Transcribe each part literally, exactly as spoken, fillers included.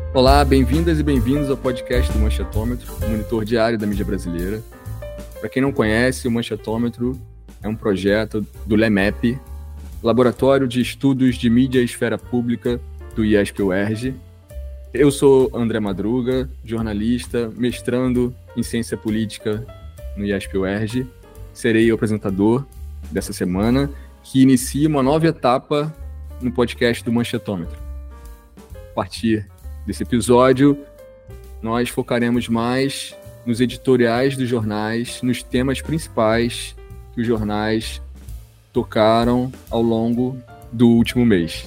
Olá, bem-vindas e bem-vindos ao podcast do Manchetômetro, o monitor diário da mídia brasileira. Para quem não conhece, o Manchetômetro é um projeto do LEMEP, Laboratório de Estudos de Mídia e Esfera Pública do I E S P-U E R J. Eu sou André Madruga, jornalista, mestrando em Ciência Política no I E S P-U E R J. Serei o apresentador dessa semana, que inicia uma nova etapa no podcast do Manchetômetro. A partir desse episódio, nós focaremos mais nos editoriais dos jornais, nos temas principais que os jornais tocaram ao longo do último mês.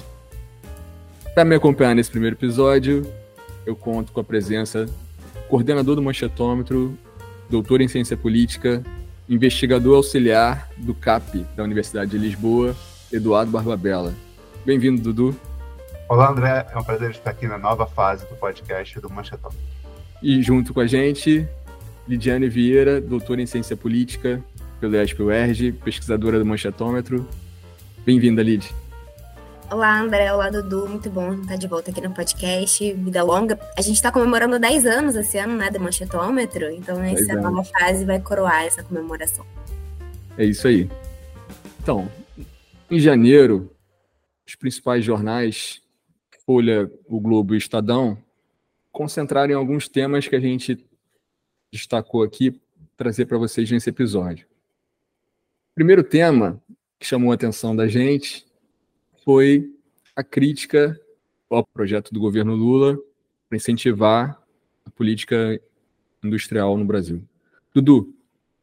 Para me acompanhar nesse primeiro episódio, eu conto com a presença do coordenador do Manchetômetro, doutor em Ciência Política, investigador auxiliar do C A P da Universidade de Lisboa, Eduardo Barbabella. Bem-vindo, Dudu. Olá, André. É um prazer estar aqui na nova fase do podcast do Manchetômetro. E junto com a gente, Lidiane Vieira, doutora em Ciência Política pelo I E S P-U E R J, pesquisadora do Manchetômetro. Bem-vinda, Lid. Olá, André. Olá, Dudu. Muito bom estar de volta aqui no podcast Vida Longa. A gente está comemorando dez anos esse ano, né, do Manchetômetro, então essa nova fase vai coroar essa comemoração. É isso aí. Então, em janeiro, os principais jornais, Folha, o Globo e o Estadão, concentraram em alguns temas que a gente destacou aqui, trazer para vocês nesse episódio. O primeiro tema que chamou a atenção da gente foi a crítica ao projeto do governo Lula para incentivar a política industrial no Brasil. Dudu,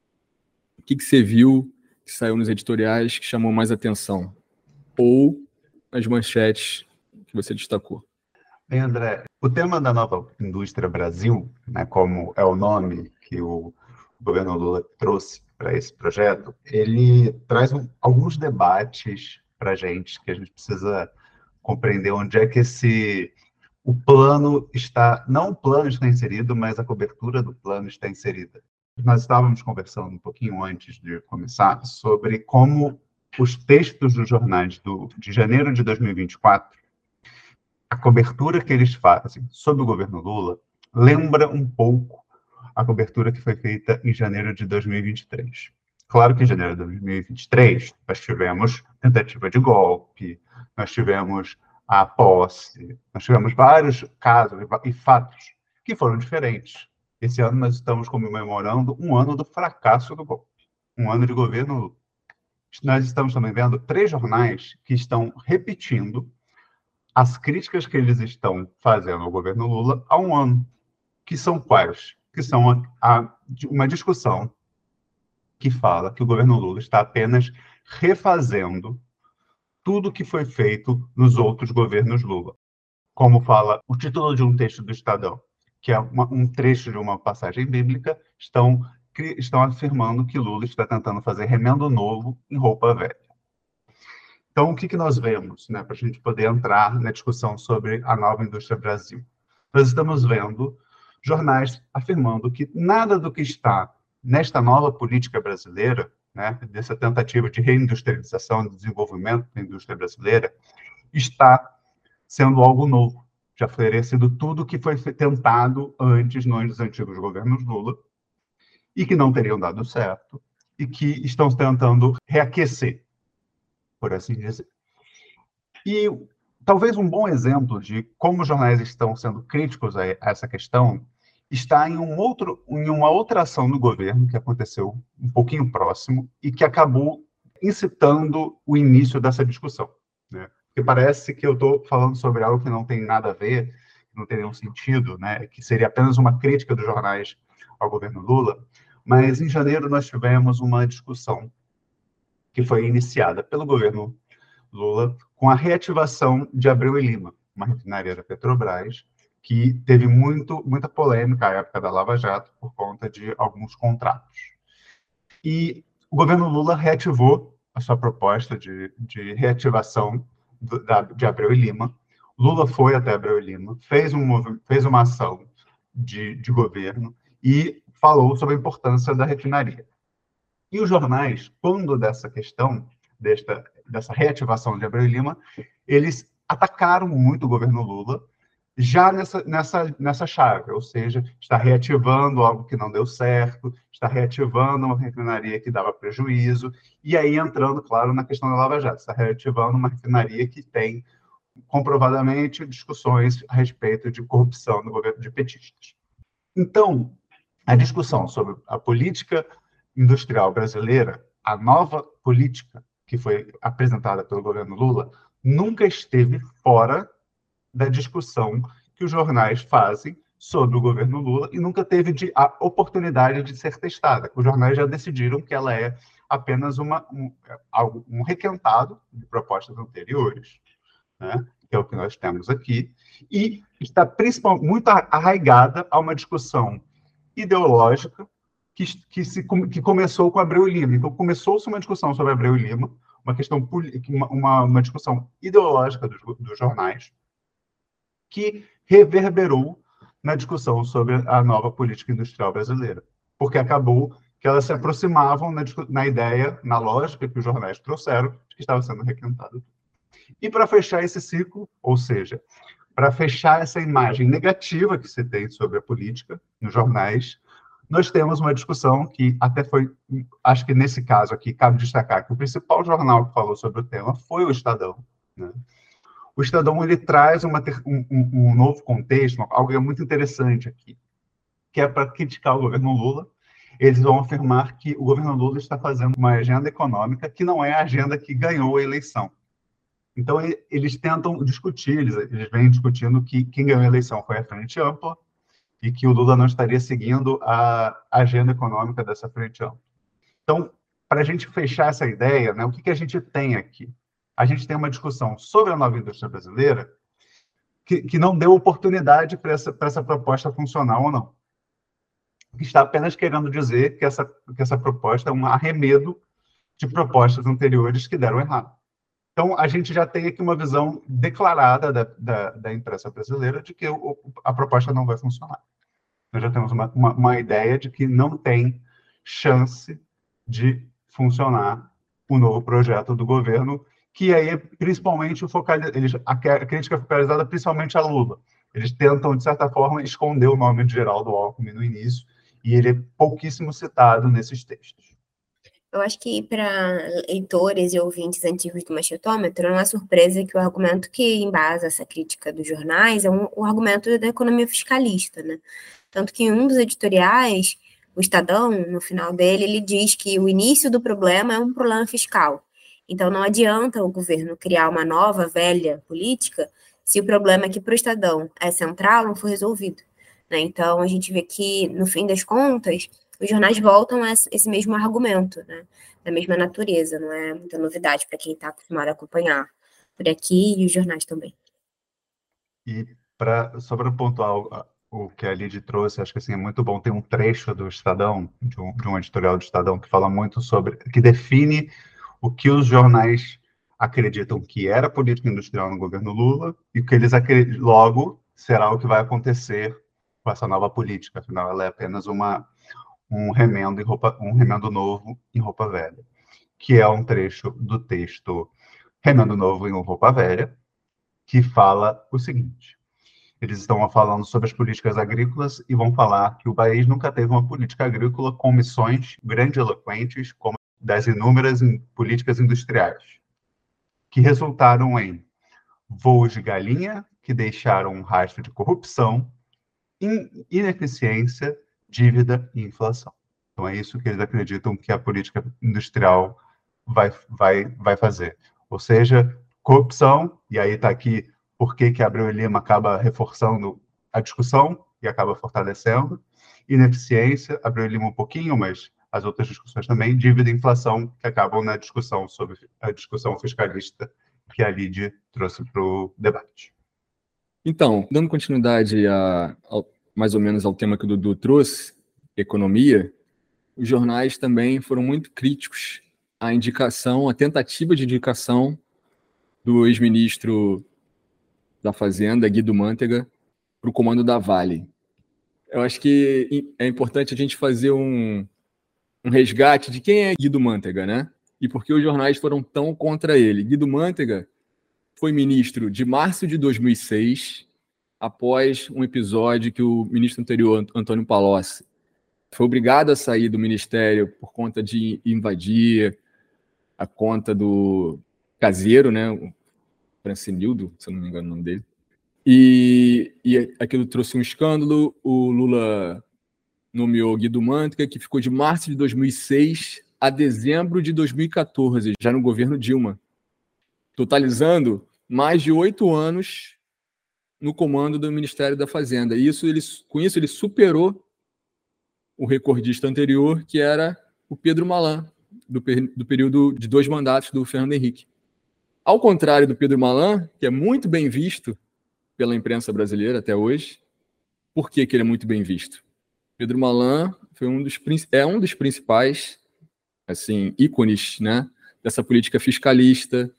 o que, que você viu que saiu nos editoriais que chamou mais atenção? Ou as manchetes que você destacou? Bem, André, o tema da nova indústria Brasil, né, como é o nome que o governo Lula trouxe para esse projeto, ele traz um, alguns debates para a gente, que a gente precisa compreender onde é que esse, o plano está, não o plano está inserido, mas a cobertura do plano está inserida. Nós estávamos conversando um pouquinho antes de começar sobre como os textos dos jornais do, de janeiro de dois mil e vinte e quatro, a cobertura que eles fazem sobre o governo Lula lembra um pouco a cobertura que foi feita em janeiro de dois mil e vinte e três. Claro que em janeiro de dois mil e vinte e três nós tivemos tentativa de golpe, nós tivemos a posse, nós tivemos vários casos e fatos que foram diferentes. Esse ano nós estamos comemorando um ano do fracasso do golpe, um ano de governo Lula. Nós estamos também vendo três jornais que estão repetindo as críticas que eles estão fazendo ao governo Lula há um ano, que são quais? Que são a, a, uma discussão que fala que o governo Lula está apenas refazendo tudo que foi feito nos outros governos Lula. Como fala o título de um texto do Estadão, que é uma, um trecho de uma passagem bíblica, estão, estão afirmando que Lula está tentando fazer remendo novo em roupa velha. Então, o que, que nós vemos, né, para a gente poder entrar na discussão sobre a nova indústria Brasil? Nós estamos vendo jornais afirmando que nada do que está nesta nova política brasileira, né, dessa tentativa de reindustrialização e desenvolvimento da indústria brasileira, está sendo algo novo. Já teria sido tudo que foi tentado antes nos antigos governos Lula e que não teriam dado certo e que estão tentando reaquecer, por assim dizer. E talvez um bom exemplo de como os jornais estão sendo críticos a essa questão está em, um outro, em uma outra ação do governo que aconteceu um pouquinho próximo e que acabou incitando o início dessa discussão, né? Porque parece que eu estou falando sobre algo que não tem nada a ver, que não tem nenhum sentido, né? Que seria apenas uma crítica dos jornais ao governo Lula, mas em janeiro nós tivemos uma discussão que foi iniciada pelo governo Lula com a reativação de Abreu e Lima, uma refinaria da Petrobras, que teve muito, muita polêmica à época da Lava Jato por conta de alguns contratos. E o governo Lula reativou a sua proposta de, de reativação do, da, de Abreu e Lima. Lula foi até Abreu e Lima, fez, um, fez uma ação de, de governo e falou sobre a importância da refinaria. E os jornais, quando dessa questão, desta, dessa reativação de Abreu e Lima, eles atacaram muito o governo Lula, já nessa, nessa, nessa chave, ou seja, está reativando algo que não deu certo, está reativando uma refinaria que dava prejuízo, e aí entrando, claro, na questão da Lava Jato, está reativando uma refinaria que tem, comprovadamente, discussões a respeito de corrupção no governo de petistas. Então, a discussão sobre a política industrial brasileira, a nova política que foi apresentada pelo governo Lula, nunca esteve fora da discussão que os jornais fazem sobre o governo Lula e nunca teve de, a oportunidade de ser testada. Os jornais já decidiram que ela é apenas uma, um, algo, um requentado de propostas anteriores, né? Que é o que nós temos aqui, e está principalmente muito arraigada a uma discussão ideológica que, que, se, que começou com Abreu e Lima. Então, começou-se uma discussão sobre Abreu e Lima, uma, questão, uma, uma discussão ideológica dos, dos jornais, que reverberou na discussão sobre a nova política industrial brasileira, porque acabou que elas se aproximavam na, na ideia, na lógica que os jornais trouxeram, de que estava sendo requentado. E para fechar esse ciclo, ou seja, para fechar essa imagem negativa que se tem sobre a política nos jornais, nós temos uma discussão que até foi, acho que nesse caso aqui, cabe destacar que o principal jornal que falou sobre o tema foi o Estadão, né? O Estadão, ele traz uma, um, um novo contexto, algo muito interessante aqui, que é para criticar o governo Lula. Eles vão afirmar que o governo Lula está fazendo uma agenda econômica que não é a agenda que ganhou a eleição. Então, eles tentam discutir, eles, eles vêm discutindo que quem ganhou a eleição foi a Frente Ampla e que o Lula não estaria seguindo a agenda econômica dessa Frente Ampla. Então, para a gente fechar essa ideia, né, o que, que a gente tem aqui? A gente tem uma discussão sobre a nova indústria brasileira que, que não deu oportunidade para essa, para essa proposta funcionar ou não. Que está apenas querendo dizer que essa, que essa proposta é um arremedo de propostas anteriores que deram errado. Então, a gente já tem aqui uma visão declarada da, da, da imprensa brasileira de que o, a proposta não vai funcionar. Nós já temos uma, uma, uma ideia de que não tem chance de funcionar o novo projeto do governo, que aí é principalmente o focal, eles, a, a crítica é focalizada principalmente a Lula. Eles tentam, de certa forma, esconder o nome de Geraldo Alckmin no início, e ele é pouquíssimo citado nesses textos. Eu acho que para leitores e ouvintes antigos do Machitômetro, não é surpresa que o argumento que embasa essa crítica dos jornais é um, um argumento da economia fiscalista, né? Tanto que em um dos editoriais, o Estadão, no final dele, ele diz que o início do problema é um problema fiscal. Então, não adianta o governo criar uma nova, velha política se o problema que para o Estadão é central não for resolvido, né? Então, a gente vê que, no fim das contas, os jornais voltam a esse mesmo argumento, né? Da mesma natureza, não é muita novidade para quem está acostumado a acompanhar por aqui e os jornais também. E para só para pontuar o, o que a Lid trouxe, acho que assim, é muito bom, tem um trecho do Estadão, de um, de um editorial do Estadão, que fala muito sobre, que define o que os jornais acreditam que era política industrial no governo Lula e o que eles acreditam, logo será o que vai acontecer com essa nova política, afinal ela é apenas uma, um, remendo em roupa, um remendo novo em roupa velha, que é um trecho do texto Remendo Novo em Roupa Velha, que fala o seguinte: eles estão falando sobre as políticas agrícolas e vão falar que o país nunca teve uma política agrícola com missões grandiloquentes como das inúmeras políticas industriais, que resultaram em voos de galinha, que deixaram um rastro de corrupção, ineficiência, dívida e inflação. Então é isso que eles acreditam que a política industrial vai, vai, vai fazer. Ou seja, corrupção, e aí está aqui por que que Abreu e Lima acaba reforçando a discussão e acaba fortalecendo, ineficiência, Abreu e Lima um pouquinho, mas as outras discussões também, dívida e inflação, que acabam na discussão sobre a discussão fiscalista que a Lid trouxe para o debate. Então, dando continuidade a, a, mais ou menos ao tema que o Dudu trouxe, economia, os jornais também foram muito críticos à indicação, à tentativa de indicação do ex-ministro da Fazenda, Guido Mantega, para o comando da Vale. Eu acho que é importante a gente fazer um, um resgate de quem é Guido Mantega, né? E por que os jornais foram tão contra ele. Guido Mantega foi ministro de março de dois mil e seis após um episódio que o ministro anterior, Antônio Palocci, foi obrigado a sair do ministério por conta de invadir a conta do caseiro, né, o Francinildo, se eu não me engano o nome dele, e, e aquilo trouxe um escândalo. O Lula nomeou Guido Mantega, que ficou de março de dois mil e seis a dezembro de dois mil e quatorze, já no governo Dilma, totalizando mais de oito anos no comando do Ministério da Fazenda. E isso, ele, com isso ele superou o recordista anterior, que era o Pedro Malan, do, do período de dois mandatos do Fernando Henrique. Ao contrário do Pedro Malan, que é muito bem visto pela imprensa brasileira até hoje. Por que que ele é muito bem visto? Pedro Malan foi um dos, é um dos principais assim, ícones, né, dessa política fiscalista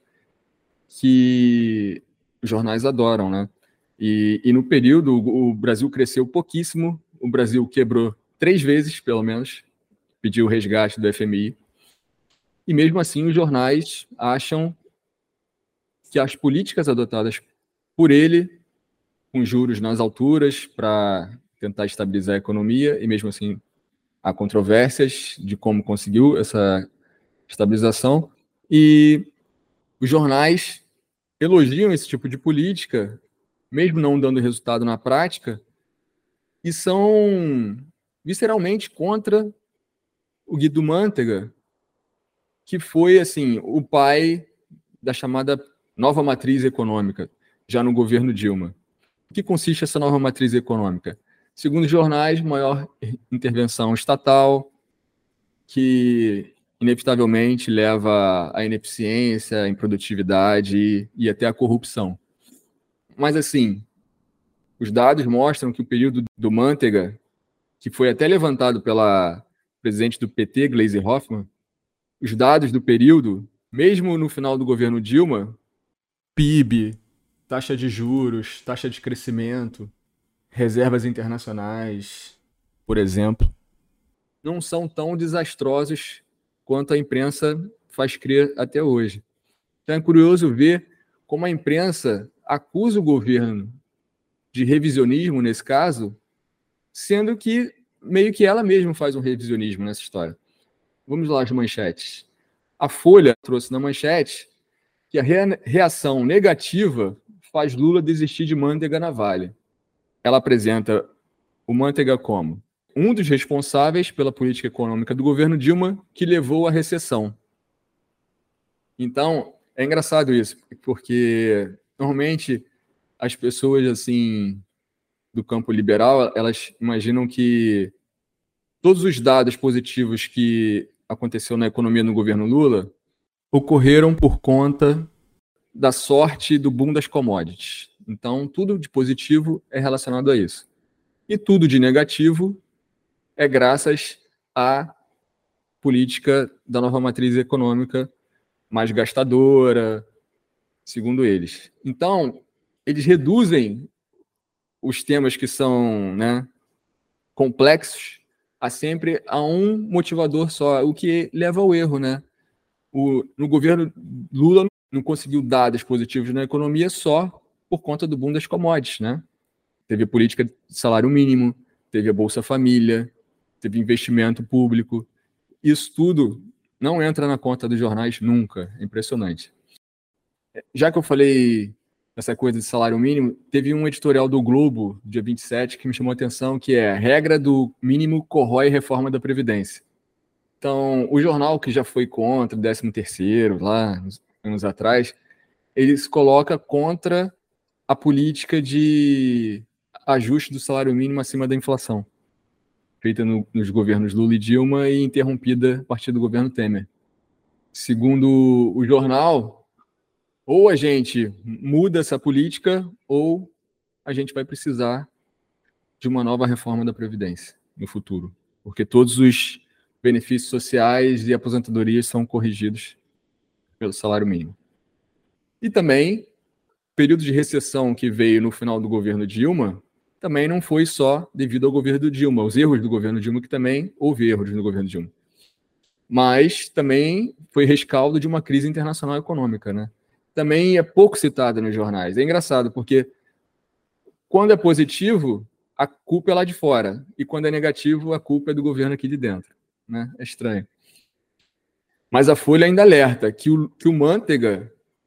que os jornais adoram, né? E, e no período o Brasil cresceu pouquíssimo, o Brasil quebrou três vezes, pelo menos, pediu o resgate do F M I, e mesmo assim os jornais acham que as políticas adotadas por ele, com juros nas alturas para tentar estabilizar a economia, e mesmo assim há controvérsias de como conseguiu essa estabilização, e os jornais elogiam esse tipo de política, mesmo não dando resultado na prática, e são visceralmente contra o Guido Mantega, que foi assim o pai da chamada nova matriz econômica, já no governo Dilma. O que consiste essa nova matriz econômica? Segundo os jornais, maior intervenção estatal, que inevitavelmente leva à ineficiência, à improdutividade e até à corrupção. Mas, assim, os dados mostram que o período do Mantega, que foi até levantado pela presidente do P T, Gleisi Hoffmann, os dados do período, mesmo no final do governo Dilma, P I B, taxa de juros, taxa de crescimento, reservas internacionais, por exemplo, não são tão desastrosos quanto a imprensa faz crer até hoje. Então é curioso ver como a imprensa acusa o governo de revisionismo nesse caso, sendo que meio que ela mesma faz um revisionismo nessa história. Vamos lá, as manchetes. A Folha trouxe na manchete que a reação negativa faz Lula desistir de Mantega na Vale. Ela apresenta o Mantega como um dos responsáveis pela política econômica do governo Dilma que levou à recessão. Então, é engraçado isso, porque normalmente as pessoas assim do campo liberal, elas imaginam que todos os dados positivos que aconteceu na economia no governo Lula ocorreram por conta da sorte do boom das commodities. Então, tudo de positivo é relacionado a isso. E tudo de negativo é graças à política da nova matriz econômica mais gastadora, segundo eles. Então, eles reduzem os temas que são, né, complexos a sempre a um motivador só, o que leva ao erro, né? O, no governo Lula não conseguiu dados positivos na economia só por conta do boom das commodities, né? Teve a política de salário mínimo, teve a Bolsa Família, teve investimento público. Isso tudo não entra na conta dos jornais nunca. É impressionante. Já que eu falei essa coisa de salário mínimo, teve um editorial do Globo, dia vinte e sete, que me chamou a atenção, que é a regra do mínimo corrói reforma da Previdência. Então, o jornal que já foi contra o décimo terceiro, lá, anos atrás, ele se coloca contra a política de ajuste do salário mínimo acima da inflação, feita no, nos governos Lula e Dilma e interrompida a partir do governo Temer. Segundo o jornal, ou a gente muda essa política ou a gente vai precisar de uma nova reforma da Previdência no futuro, porque todos os benefícios sociais e aposentadorias são corrigidos pelo salário mínimo. E também, o período de recessão que veio no final do governo Dilma também não foi só devido ao governo Dilma, os erros do governo Dilma, que também houve erros no governo Dilma, mas também foi rescaldo de uma crise internacional econômica, né? Também é pouco citada nos jornais. É engraçado, porque quando é positivo, a culpa é lá de fora. E quando é negativo, a culpa é do governo aqui de dentro. Né? É estranho. Mas a Folha ainda alerta que o, que o Manteiga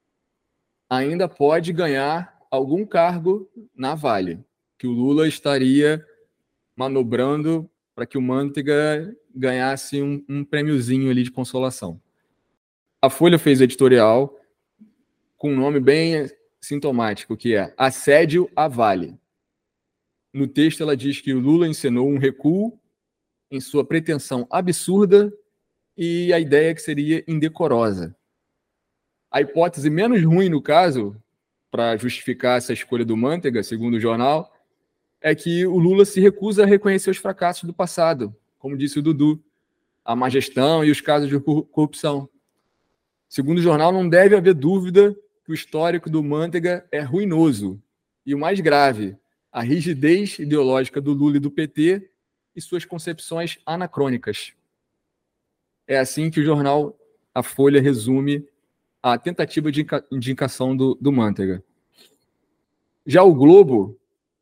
ainda pode ganhar algum cargo na Vale, que o Lula estaria manobrando para que o Manteiga ganhasse um, um prêmiozinho ali de consolação. A Folha fez editorial com um nome bem sintomático, que é Assédio à Vale. No texto ela diz que o Lula encenou um recuo em sua pretensão absurda e a ideia que seria indecorosa. A hipótese menos ruim no caso, para justificar essa escolha do Manteiga, segundo o jornal, é que o Lula se recusa a reconhecer os fracassos do passado, como disse o Dudu, a má gestão e os casos de corrupção. Segundo o jornal, não deve haver dúvida que o histórico do Manteiga é ruinoso. E o mais grave, a rigidez ideológica do Lula e do P T e suas concepções anacrônicas. É assim que o jornal A Folha resume a tentativa de indicação do, do Manteiga. Já o Globo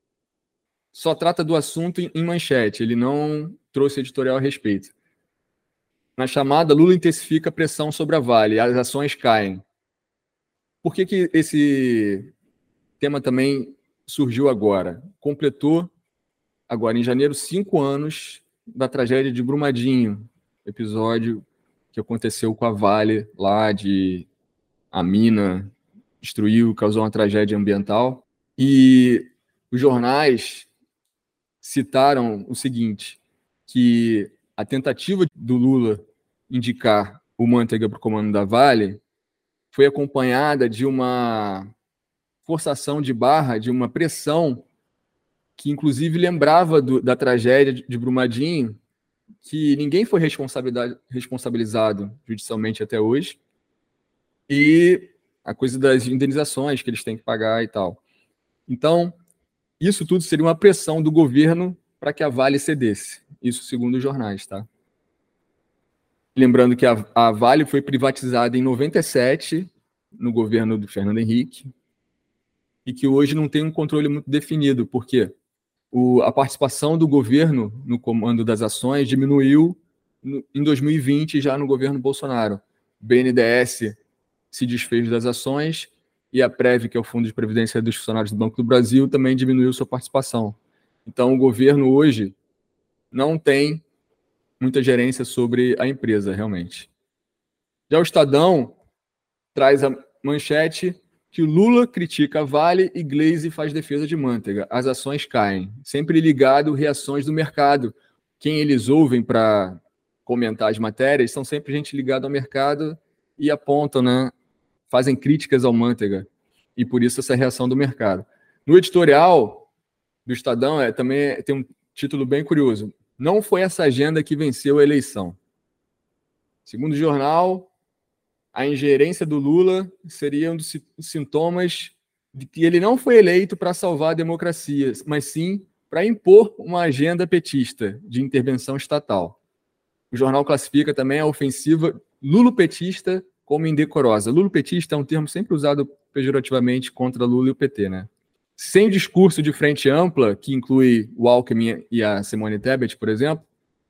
só trata do assunto em, em manchete, ele não trouxe editorial a respeito. Na chamada, Lula intensifica a pressão sobre a Vale, as ações caem. Por que que esse tema também surgiu agora? Completou, agora em janeiro, cinco anos da tragédia de Brumadinho, episódio que aconteceu com a Vale lá, de a mina destruiu, causou uma tragédia ambiental. E os jornais citaram o seguinte, que a tentativa do Lula indicar o Manteiga para o comando da Vale foi acompanhada de uma forçação de barra, de uma pressão que inclusive lembrava do, da tragédia de Brumadinho, que ninguém foi responsabilizado judicialmente até hoje, e a coisa das indenizações que eles têm que pagar e tal. Então, isso tudo seria uma pressão do governo para que a Vale cedesse. Isso segundo os jornais, tá? Lembrando que a, a Vale foi privatizada em noventa e sete, no governo do Fernando Henrique, e que hoje não tem um controle muito definido, porque o, a participação do governo no comando das ações diminuiu no, em dois mil e vinte, já no governo Bolsonaro. O B N D E S se desfez das ações e a Prev, que é o Fundo de Previdência dos Funcionários do Banco do Brasil, também diminuiu sua participação. Então, o governo hoje não tem muita gerência sobre a empresa, realmente. Já o Estadão traz a manchete que o Lula critica a Vale e Gleisi faz defesa de Manteiga. As ações caem. Sempre ligado reações do mercado. Quem eles ouvem para comentar as matérias são sempre gente ligada ao mercado e apontam, né, fazem críticas ao Manteiga. E por isso essa reação do mercado. No editorial do Estadão é, também tem um título bem curioso. Não foi essa agenda que venceu a eleição. Segundo o jornal, a ingerência do Lula seria um dos sintomas de que ele não foi eleito para salvar a democracia, mas sim para impor uma agenda petista de intervenção estatal. O jornal classifica também a ofensiva lulopetista como indecorosa. Lulopetista é um termo sempre usado pejorativamente contra Lula e o P T, né? Sem o discurso de frente ampla, que inclui o Alckmin e a Simone Tebet, por exemplo,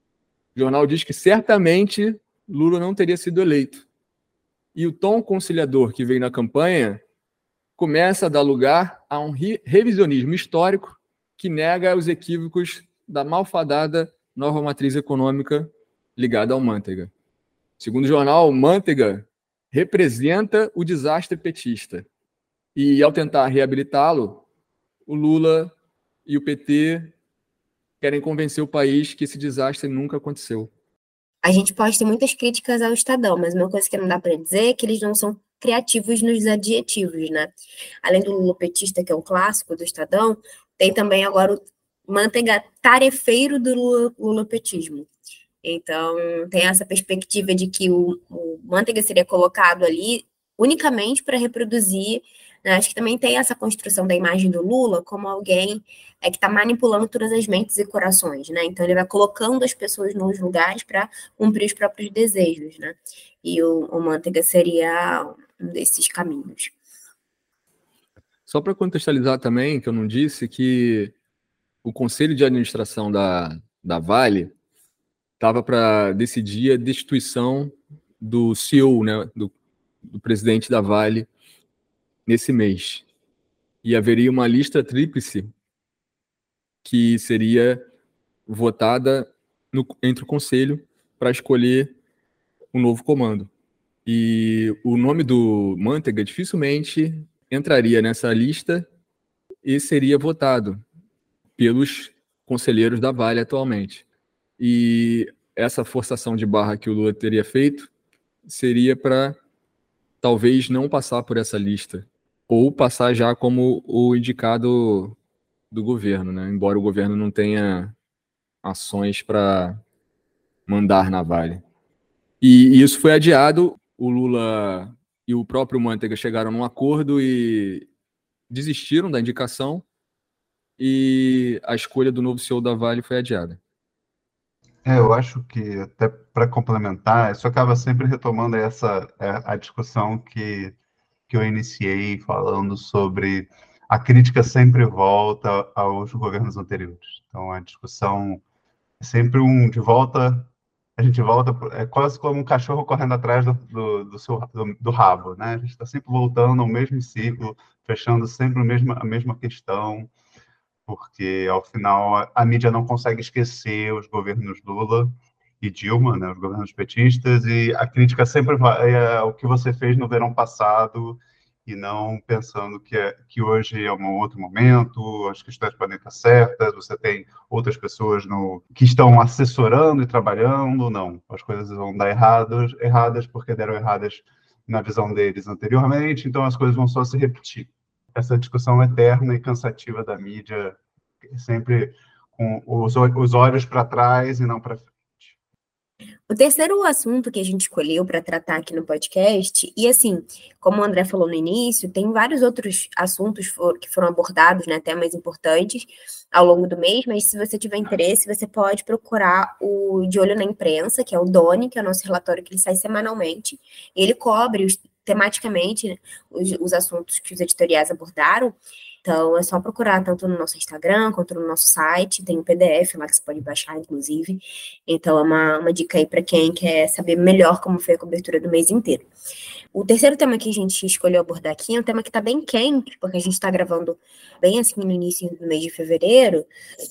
o jornal diz que certamente Lula não teria sido eleito. E o tom conciliador que veio na campanha começa a dar lugar a um revisionismo histórico que nega os equívocos da malfadada nova matriz econômica ligada ao Manteiga. Segundo o jornal, o Manteiga representa o desastre petista. E, ao tentar reabilitá-lo, o Lula e o P T querem convencer o país que esse desastre nunca aconteceu. A gente pode ter muitas críticas ao Estadão, mas uma coisa que não dá para dizer é que eles não são criativos nos adjetivos, né? Além do lulopetista, que é um clássico do Estadão, tem também agora o Manteiga tarefeiro do lulopetismo. Então, tem essa perspectiva de que o, o Manteiga seria colocado ali unicamente para reproduzir, né? Acho que também tem essa construção da imagem do Lula como alguém é, que está manipulando todas as mentes e corações, né? Então, ele vai colocando as pessoas nos lugares para cumprir os próprios desejos, né? E o, o Manteiga seria um desses caminhos. Só para contextualizar também, que eu não disse, que o Conselho de Administração da, da Vale estava para decidir a destituição do C E O, né, do, do presidente da Vale, nesse mês. E haveria uma lista tríplice que seria votada no, entre o Conselho para escolher um novo comando. E o nome do Manteiga dificilmente entraria nessa lista e seria votado pelos conselheiros da Vale atualmente. E essa forçação de barra que o Lula teria feito seria para talvez não passar por essa lista, ou passar já como o indicado do governo, né? Embora o governo não tenha ações para mandar na Vale. E, e isso foi adiado, o Lula e o próprio Manteiga chegaram num acordo e desistiram da indicação, e a escolha do novo C E O da Vale foi adiada. É, eu acho que, até para complementar, isso acaba sempre retomando essa a discussão que, que eu iniciei falando sobre a crítica sempre volta aos governos anteriores. Então, a discussão é sempre um de volta, a gente volta, é quase como um cachorro correndo atrás do, do, do, seu, do, do rabo, né? A gente está sempre voltando ao mesmo ciclo, fechando sempre a mesma, a mesma questão, porque, ao final, a, a mídia não consegue esquecer os governos Lula e Dilma, né, os governos petistas, e a crítica sempre vai ao que você fez no verão passado, e não pensando que, é, que hoje é um outro momento, as questões podem estar certas, você tem outras pessoas no, que estão assessorando e trabalhando, não, as coisas vão dar erradas, erradas porque deram erradas na visão deles anteriormente, então as coisas vão só se repetir. Essa discussão eterna e cansativa da mídia, sempre com os, os olhos para trás e não para frente. O terceiro assunto que a gente escolheu para tratar aqui no podcast, e assim, como o André falou no início, tem vários outros assuntos for, que foram abordados, né, temas importantes ao longo do mês, mas se você tiver interesse, você pode procurar o De Olho na Imprensa, que é o D O N I, que é o nosso relatório que ele sai semanalmente, e ele cobre os, tematicamente, né, os, os assuntos que os editoriais abordaram. Então, é só procurar tanto no nosso Instagram quanto no nosso site, tem um P D F lá que você pode baixar, inclusive. Então, é uma, uma dica aí para quem quer saber melhor como foi a cobertura do mês inteiro. O terceiro tema que a gente escolheu abordar aqui é um tema que está bem quente, porque a gente está gravando bem assim no início do mês de fevereiro,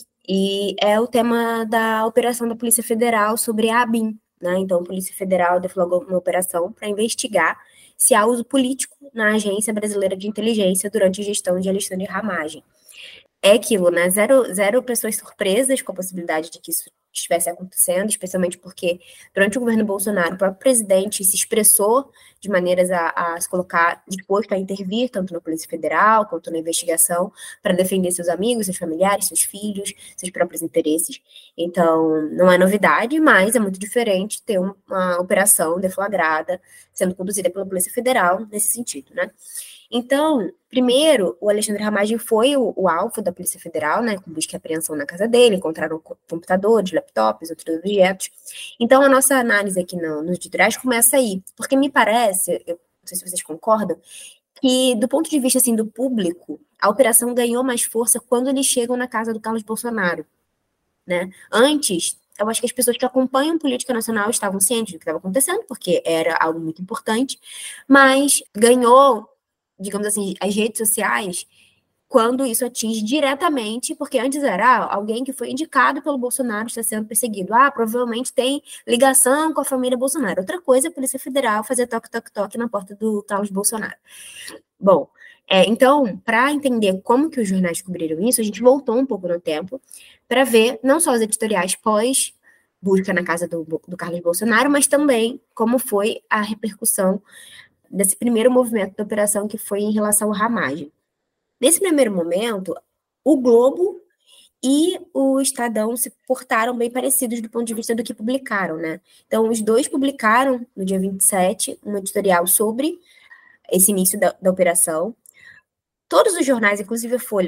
e é o tema da operação da Polícia Federal sobre a ABIN, né? Então, a Polícia Federal deflagrou uma operação para investigar se há uso político na Agência Brasileira de Inteligência durante a gestão de Alexandre Ramagem. É aquilo, né? Zero, zero pessoas surpresas com a possibilidade de que isso estivesse acontecendo, especialmente porque durante o governo Bolsonaro, o próprio presidente se expressou de maneiras a, a se colocar disposto a intervir, tanto na Polícia Federal quanto na investigação, para defender seus amigos, seus familiares, seus filhos, seus próprios interesses. Então, não é novidade, mas é muito diferente ter uma operação deflagrada sendo conduzida pela Polícia Federal nesse sentido, né? Então, primeiro, o Alexandre Ramagem foi o, o alvo da Polícia Federal, né, com busca e apreensão na casa dele, encontraram computadores, laptops, outros objetos. Então, a nossa análise aqui no, nos editoriais começa aí, porque me parece, eu não sei se vocês concordam, que do ponto de vista assim, do público, a operação ganhou mais força quando eles chegam na casa do Carlos Bolsonaro, né? Antes, eu acho que as pessoas que acompanham política nacional estavam cientes do que estava acontecendo, porque era algo muito importante, mas ganhou, digamos assim, as redes sociais, quando isso atinge diretamente, porque antes era ah, alguém que foi indicado pelo Bolsonaro está sendo perseguido. Ah, provavelmente tem ligação com a família Bolsonaro. Outra coisa, a Polícia Federal fazer toque, toque, toque na porta do Carlos Bolsonaro. Bom, é, então, para entender como que os jornais cobriram isso, a gente voltou um pouco no tempo para ver não só os editoriais pós busca na casa do, do Carlos Bolsonaro, mas também como foi a repercussão desse primeiro movimento da operação, que foi em relação ao Ramagem. Nesse primeiro momento, o Globo e o Estadão se portaram bem parecidos do ponto de vista do que publicaram, né? Então, os dois publicaram, no dia vinte e sete, um editorial sobre esse início da, da operação. Todos os jornais, inclusive a Folha,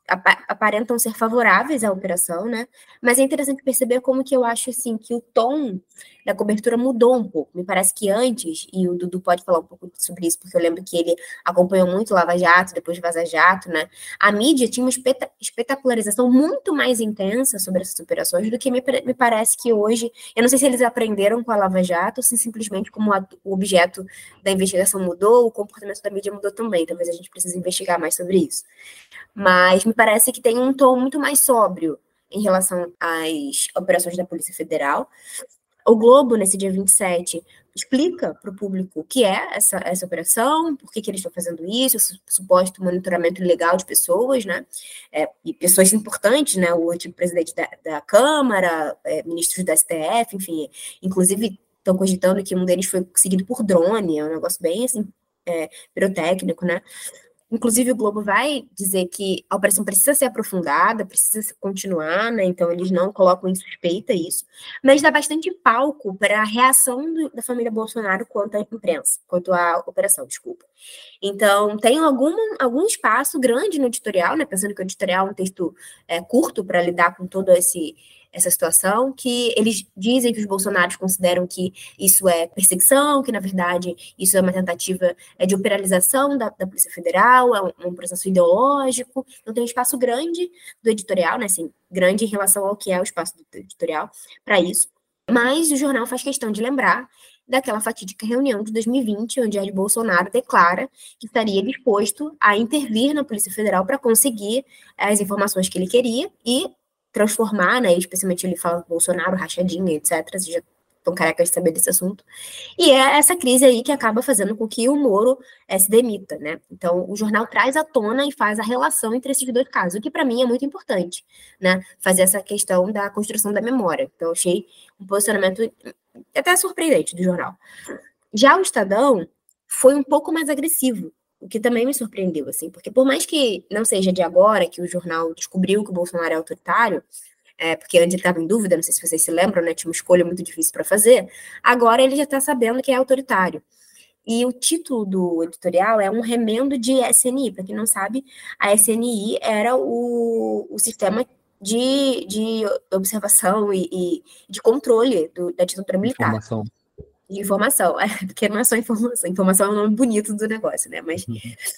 aparentam ser favoráveis à operação, né? Mas é interessante perceber como que eu acho, assim, que o tom da cobertura mudou um pouco. Me parece que antes, e o Dudu pode falar um pouco sobre isso, porque eu lembro que ele acompanhou muito Lava Jato, depois Vaza Jato, né? A mídia tinha uma espetacularização muito mais intensa sobre essas operações do que me, me parece que hoje, eu não sei se eles aprenderam com a Lava Jato, ou se simplesmente como a, o objeto da investigação mudou, o comportamento da mídia mudou também. Talvez a gente precise investigar mais sobre isso. Mas me parece que tem um tom muito mais sóbrio em relação às operações da Polícia Federal. O Globo, nesse dia vinte e sete, explica para o público o que é essa, essa operação, por que, que eles estão fazendo isso, esse suposto monitoramento ilegal de pessoas, né? É, e pessoas importantes, né? O antigo presidente da, da Câmara, é, ministros da S T F, enfim, inclusive estão cogitando que um deles foi seguido por drone, é um negócio bem, assim, é, pirotécnico, né? Inclusive, o Globo vai dizer que a operação precisa ser aprofundada, precisa continuar, né? Então, eles não colocam em suspeita isso, mas dá bastante palco para a reação do, da família Bolsonaro quanto à imprensa, quanto à operação, desculpa. Então, tem algum, algum espaço grande no editorial, né? Pensando que o editorial é um texto é, curto para lidar com todo esse... essa situação, que eles dizem que os bolsonaros consideram que isso é perseguição, que, na verdade, isso é uma tentativa de operalização da, da Polícia Federal, é um, um processo ideológico. Então, tem um espaço grande do editorial, né, assim, grande em relação ao que é o espaço do editorial para isso. Mas o jornal faz questão de lembrar daquela fatídica reunião de dois mil e vinte, onde Jair Bolsonaro declara que estaria disposto a intervir na Polícia Federal para conseguir as informações que ele queria e transformar, né, especialmente ele fala Bolsonaro, rachadinha, etcétera, vocês já estão carecas de saber desse assunto, e é essa crise aí que acaba fazendo com que o Moro é, se demita, né, então o jornal traz à tona e faz a relação entre esses dois casos, o que para mim é muito importante, né, fazer essa questão da construção da memória, então eu achei um posicionamento até surpreendente do jornal. Já o Estadão foi um pouco mais agressivo, o que também me surpreendeu, assim, porque por mais que não seja de agora que o jornal descobriu que o Bolsonaro é autoritário, é, porque antes ele estava em dúvida, não sei se vocês se lembram, né, tinha uma escolha muito difícil para fazer, agora ele já está sabendo que é autoritário. E o título do editorial é um remendo de S N I, para quem não sabe, a S N I era o, o sistema de, de observação e, e de controle do, da ditadura militar. Informação. De informação, é, porque não é só informação, informação é um nome bonito do negócio, né, mas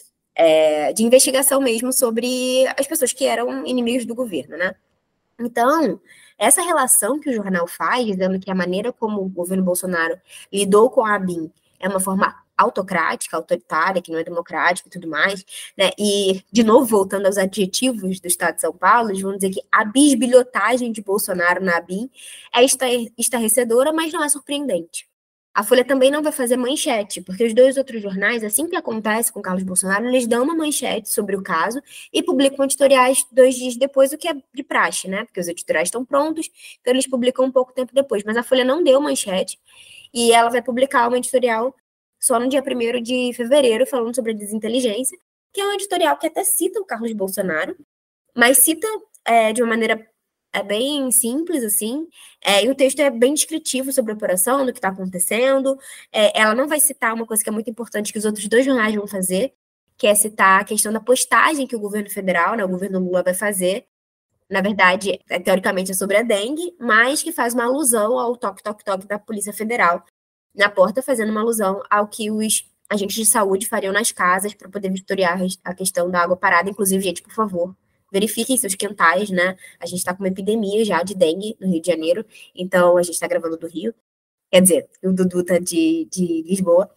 é, de investigação mesmo sobre as pessoas que eram inimigos do governo, né. Então, essa relação que o jornal faz, dizendo que a maneira como o governo Bolsonaro lidou com a ABIN é uma forma autocrática, autoritária, que não é democrática e tudo mais, né, e, de novo, voltando aos adjetivos do Estado de São Paulo, eles vão dizer que a bisbilhotagem de Bolsonaro na ABIN é estarrecedora, mas não é surpreendente. A Folha também não vai fazer manchete, porque os dois outros jornais, assim que acontece com Carlos Bolsonaro, eles dão uma manchete sobre o caso e publicam editoriais dois dias depois, o que é de praxe, né? Porque os editoriais estão prontos, então eles publicam um pouco tempo depois. Mas a Folha não deu manchete e ela vai publicar uma editorial só no dia primeiro de fevereiro, falando sobre a desinteligência, que é um editorial que até cita o Carlos Bolsonaro, mas cita é, de uma maneira... é bem simples, assim, é, e o texto é bem descritivo sobre a operação, do que está acontecendo. É, ela não vai citar uma coisa que é muito importante que os outros dois jornais vão fazer, que é citar a questão da postagem que o governo federal, né, o governo Lula vai fazer. Na verdade, é, teoricamente é sobre a dengue, mas que faz uma alusão ao toque-toque-toque da Polícia Federal na porta, fazendo uma alusão ao que os agentes de saúde fariam nas casas para poder vistoriar a questão da água parada. Inclusive, gente, por favor, verifiquem seus quintais, né? A gente está com uma epidemia já de dengue no Rio de Janeiro, então a gente está gravando do Rio. Quer dizer, o Dudu tá de, de Lisboa.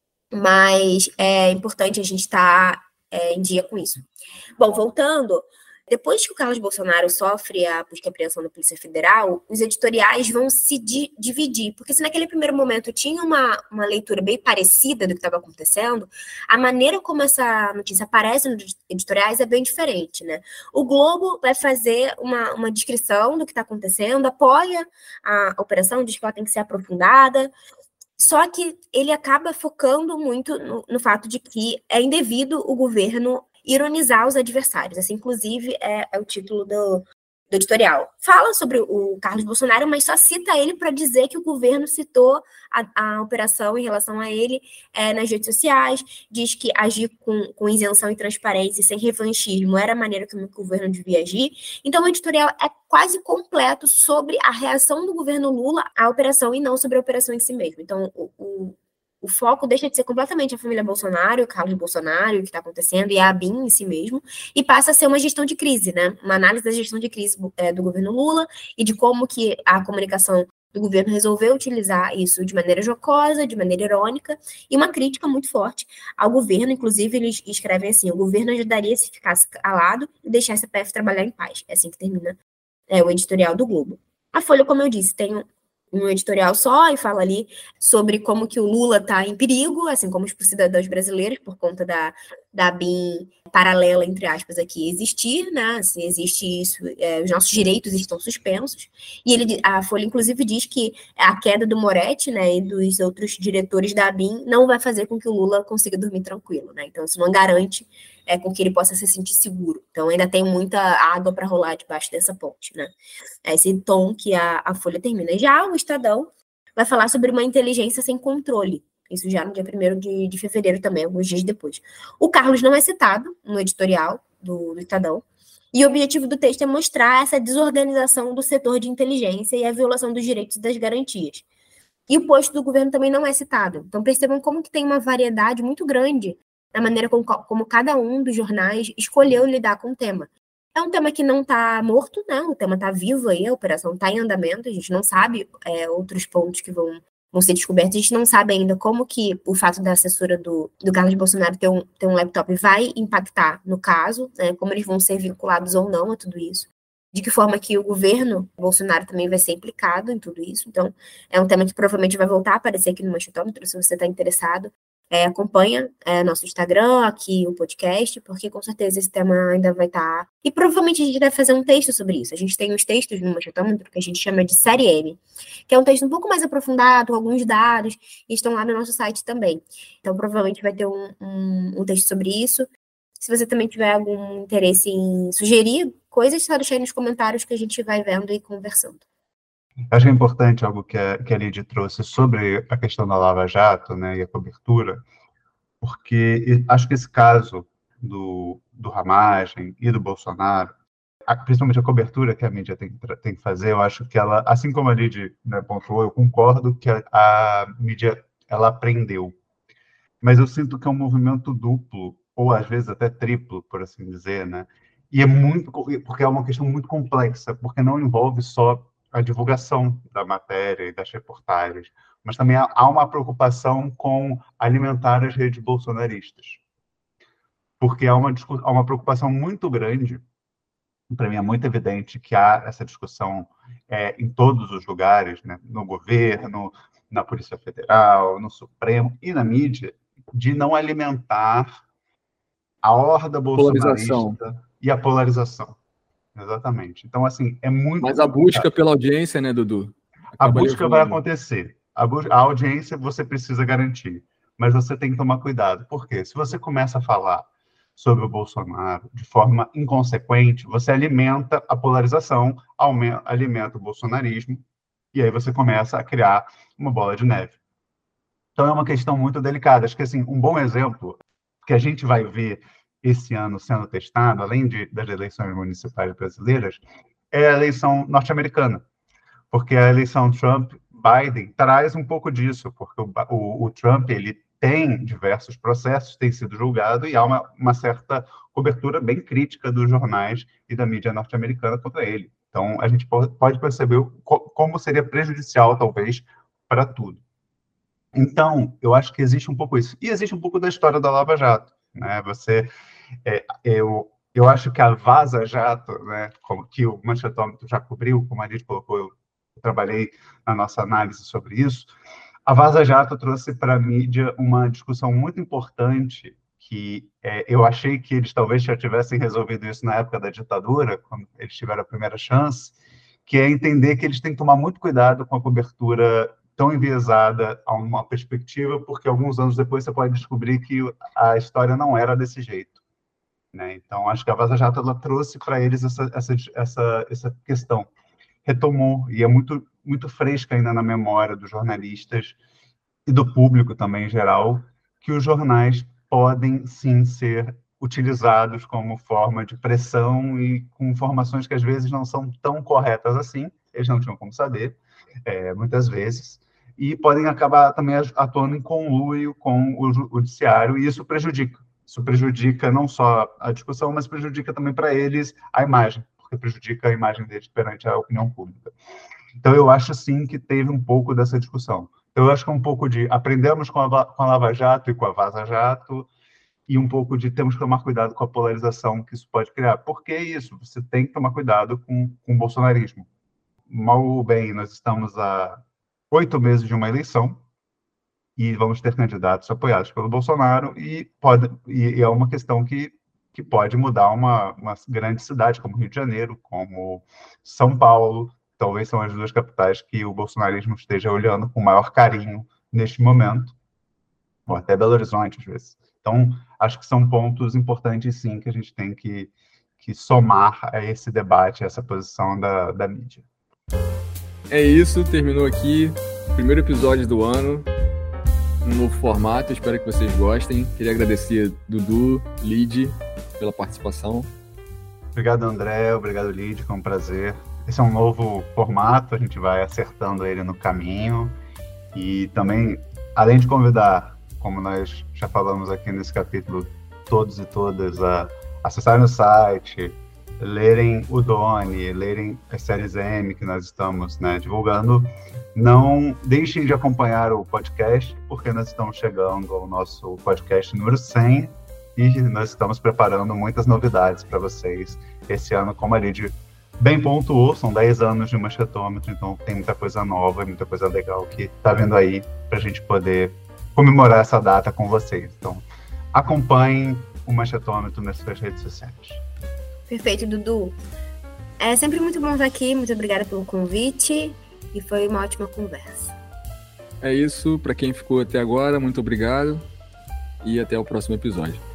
Mas é importante a gente estar é, em dia com isso. Bom, voltando, depois que o Carlos Bolsonaro sofre a busca e apreensão da Polícia Federal, os editoriais vão se di- dividir, porque se naquele primeiro momento tinha uma, uma leitura bem parecida do que estava acontecendo, a maneira como essa notícia aparece nos editoriais é bem diferente, né? O Globo vai fazer uma, uma descrição do que está acontecendo, apoia a operação, diz que ela tem que ser aprofundada, só que ele acaba focando muito no, no fato de que é indevido o governo ironizar os adversários. Esse, inclusive, é, é o título do, do editorial. Fala sobre o Carlos Bolsonaro, mas só cita ele para dizer que o governo citou a, a operação em relação a ele é, nas redes sociais, diz que agir com, com isenção e transparência e sem revanchismo era a maneira como o governo devia agir. Então, o editorial é quase completo sobre a reação do governo Lula à operação e não sobre a operação em si mesmo. Então, o, o O foco deixa de ser completamente a família Bolsonaro, o Carlos Bolsonaro, o que está acontecendo, e a ABIN em si mesmo, e passa a ser uma gestão de crise, né? Uma análise da gestão de crise é, do governo Lula e de como que a comunicação do governo resolveu utilizar isso de maneira jocosa, de maneira irônica, e uma crítica muito forte ao governo. Inclusive, eles escrevem assim: o governo ajudaria se ficasse calado e deixasse a P F trabalhar em paz. É assim que termina é, o editorial do Globo. A Folha, como eu disse, tem um um editorial só e fala ali sobre como que o Lula está em perigo, assim como os cidadãos brasileiros, por conta da, da ABIN paralela, entre aspas, aqui existir, né? Se existe isso, é, os nossos direitos estão suspensos. E ele, a Folha, inclusive, diz que a queda do Moretti, né, e dos outros diretores da ABIN não vai fazer com que o Lula consiga dormir tranquilo, né? Então, isso não garante é, com que ele possa se sentir seguro. Então, ainda tem muita água para rolar debaixo dessa ponte, né? É esse tom que a, a Folha termina. Já o Estadão vai falar sobre uma inteligência sem controle. Isso já no dia primeiro de, de fevereiro também, alguns dias depois. O Carlos não é citado no editorial do, do Estadão, e o objetivo do texto é mostrar essa desorganização do setor de inteligência e a violação dos direitos e das garantias. E o posto do governo também não é citado. Então percebam como que tem uma variedade muito grande na maneira como, como cada um dos jornais escolheu lidar com o tema. É um tema que não está morto, né? O tema está vivo aí, a operação está em andamento, a gente não sabe é, outros pontos que vão, vão ser descobertos, a gente não sabe ainda como que o fato da assessora do, do Carlos Bolsonaro ter um, ter um laptop vai impactar no caso, né? Como eles vão ser vinculados ou não a tudo isso. De que forma que o governo Bolsonaro também vai ser implicado em tudo isso. Então, é um tema que provavelmente vai voltar a aparecer aqui no Manchotômetro, se você está interessado. É, acompanha é, nosso Instagram, aqui o podcast, porque com certeza esse tema ainda vai estar... Tá... E provavelmente a gente deve fazer um texto sobre isso. A gente tem uns textos no Manchotômetro que a gente chama de Série M, que é um texto um pouco mais aprofundado, alguns dados, e estão lá no nosso site também. Então, provavelmente vai ter um, um, um texto sobre isso. Se você também tiver algum interesse em sugerir coisas, só deixa aí nos comentários que a gente vai vendo e conversando. Acho que é importante algo que a, que a Lidy trouxe sobre a questão da Lava Jato, né, e a cobertura, porque acho que esse caso do, do Ramagem e do Bolsonaro, a, principalmente a cobertura que a mídia tem, tem que fazer, eu acho que ela, assim como a Lidy, né, pontuou, eu concordo que a, a mídia, ela aprendeu. Mas eu sinto que é um movimento duplo, ou às vezes até triplo, por assim dizer, né? E é muito, porque é uma questão muito complexa, porque não envolve só a divulgação da matéria e das reportagens, mas também há uma preocupação com alimentar as redes bolsonaristas. Porque há uma, há uma preocupação muito grande, para mim é muito evidente que há essa discussão é, em todos os lugares, né? No governo, na Polícia Federal, no Supremo e na mídia, de não alimentar a horda bolsonarista e a polarização. Exatamente. Então, assim, é muito... Mas a busca pela audiência, né, Dudu? A busca vai acontecer. A, bu... a audiência você precisa garantir. Mas você tem que tomar cuidado. Por quê? Se você começa a falar sobre o Bolsonaro de forma inconsequente, você alimenta a polarização, aumenta, alimenta o bolsonarismo, e aí você começa a criar uma bola de neve. Então, é uma questão muito delicada. Acho que, assim, um bom exemplo que a gente vai ver esse ano sendo testado, além de, das eleições municipais brasileiras, é a eleição norte-americana. Porque a eleição Trump-Biden traz um pouco disso, porque o, o, o Trump ele tem diversos processos, tem sido julgado, e há uma, uma certa cobertura bem crítica dos jornais e da mídia norte-americana contra ele. Então, a gente pode perceber como seria prejudicial, talvez, para tudo. Então, eu acho que existe um pouco isso. E existe um pouco da história da Lava Jato, né? Você, é, eu, eu acho que a Vaza Jato, né, como que o Manchotômetro já cobriu, como a gente colocou, eu, eu trabalhei na nossa análise sobre isso, a Vaza Jato trouxe para a mídia uma discussão muito importante que é, eu achei que eles talvez já tivessem resolvido isso na época da ditadura, quando eles tiveram a primeira chance, que é entender que eles têm que tomar muito cuidado com a cobertura tão enviesada a uma perspectiva, porque alguns anos depois você pode descobrir que a história não era desse jeito. né? Então, acho que a Vaza Jato ela trouxe para eles essa, essa, essa, essa questão, retomou, e é muito, muito fresca ainda na memória dos jornalistas e do público também em geral, que os jornais podem sim ser utilizados como forma de pressão e com informações que às vezes não são tão corretas assim, eles não tinham como saber, é, muitas vezes, e podem acabar também atuando em conluio com o judiciário, e isso prejudica. Isso prejudica não só a discussão, mas prejudica também para eles a imagem, porque prejudica a imagem deles perante a opinião pública. Então, eu acho, sim, que teve um pouco dessa discussão. Eu acho que é um pouco de aprendemos com a, com a Lava Jato e com a Vaza Jato, e um pouco de temos que tomar cuidado com a polarização que isso pode criar. Por que isso? Você tem que tomar cuidado com, com o bolsonarismo. Mal ou bem, nós estamos há oito meses de uma eleição e vamos ter candidatos apoiados pelo Bolsonaro e, pode, e é uma questão que, que pode mudar uma, uma grande cidade como Rio de Janeiro, como São Paulo. Talvez são as duas capitais que o bolsonarismo esteja olhando com maior carinho neste momento, ou até Belo Horizonte, às vezes. Então, acho que são pontos importantes, sim, que a gente tem que, que somar a esse debate, a essa posição da, da mídia. É isso, terminou aqui o primeiro episódio do ano, um novo formato, espero que vocês gostem. Queria agradecer Dudu, Lid, pela participação. Obrigado, André, obrigado, Lid, foi um prazer. Esse é um novo formato, a gente vai acertando ele no caminho, e também, além de convidar, como nós já falamos aqui nesse capítulo, todos e todas a acessarem o site, lerem o Doni, lerem as séries M que nós estamos, né, divulgando, não deixem de acompanhar o podcast, porque nós estamos chegando ao nosso podcast número cem, e nós estamos preparando muitas novidades para vocês esse ano, como a Lid bem pontuou, são dez anos de Manchetômetro, então tem muita coisa nova, muita coisa legal que está vindo aí para a gente poder comemorar essa data com vocês. Então, acompanhem o Manchetômetro nas suas redes sociais. Perfeito, Dudu. É sempre muito bom estar aqui, muito obrigada pelo convite e foi uma ótima conversa. É isso, para quem ficou até agora, muito obrigado e até o próximo episódio.